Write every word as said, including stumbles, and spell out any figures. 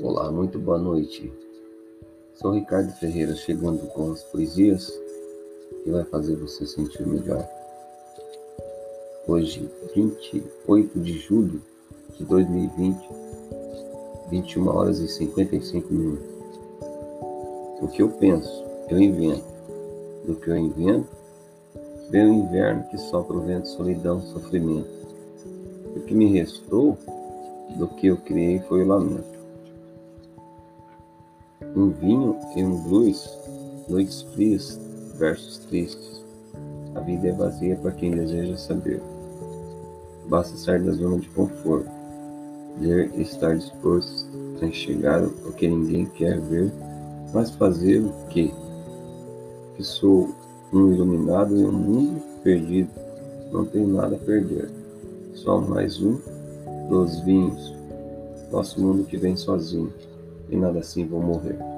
Olá, muito boa noite. Sou Ricardo Ferreira, chegando com as poesias que vai fazer você sentir melhor. Hoje, vinte e oito de julho de dois mil e vinte, vinte e uma horas e cinquenta e cinco minutos. O que eu penso, eu invento. Do que eu invento, vem o inverno que sopra o vento, solidão, sofrimento. O que me restou do que eu criei foi o lamento. Um vinho e um blues, noites frias, versos tristes. A vida é vazia para quem deseja saber. Basta sair da zona de conforto, ler e estar disposto a enxergar o que ninguém quer ver, mas fazer o que? Que sou um iluminado em um mundo perdido, não tenho nada a perder. Só mais um dos vinhos, nosso mundo que vem sozinho, e nada assim vou morrer.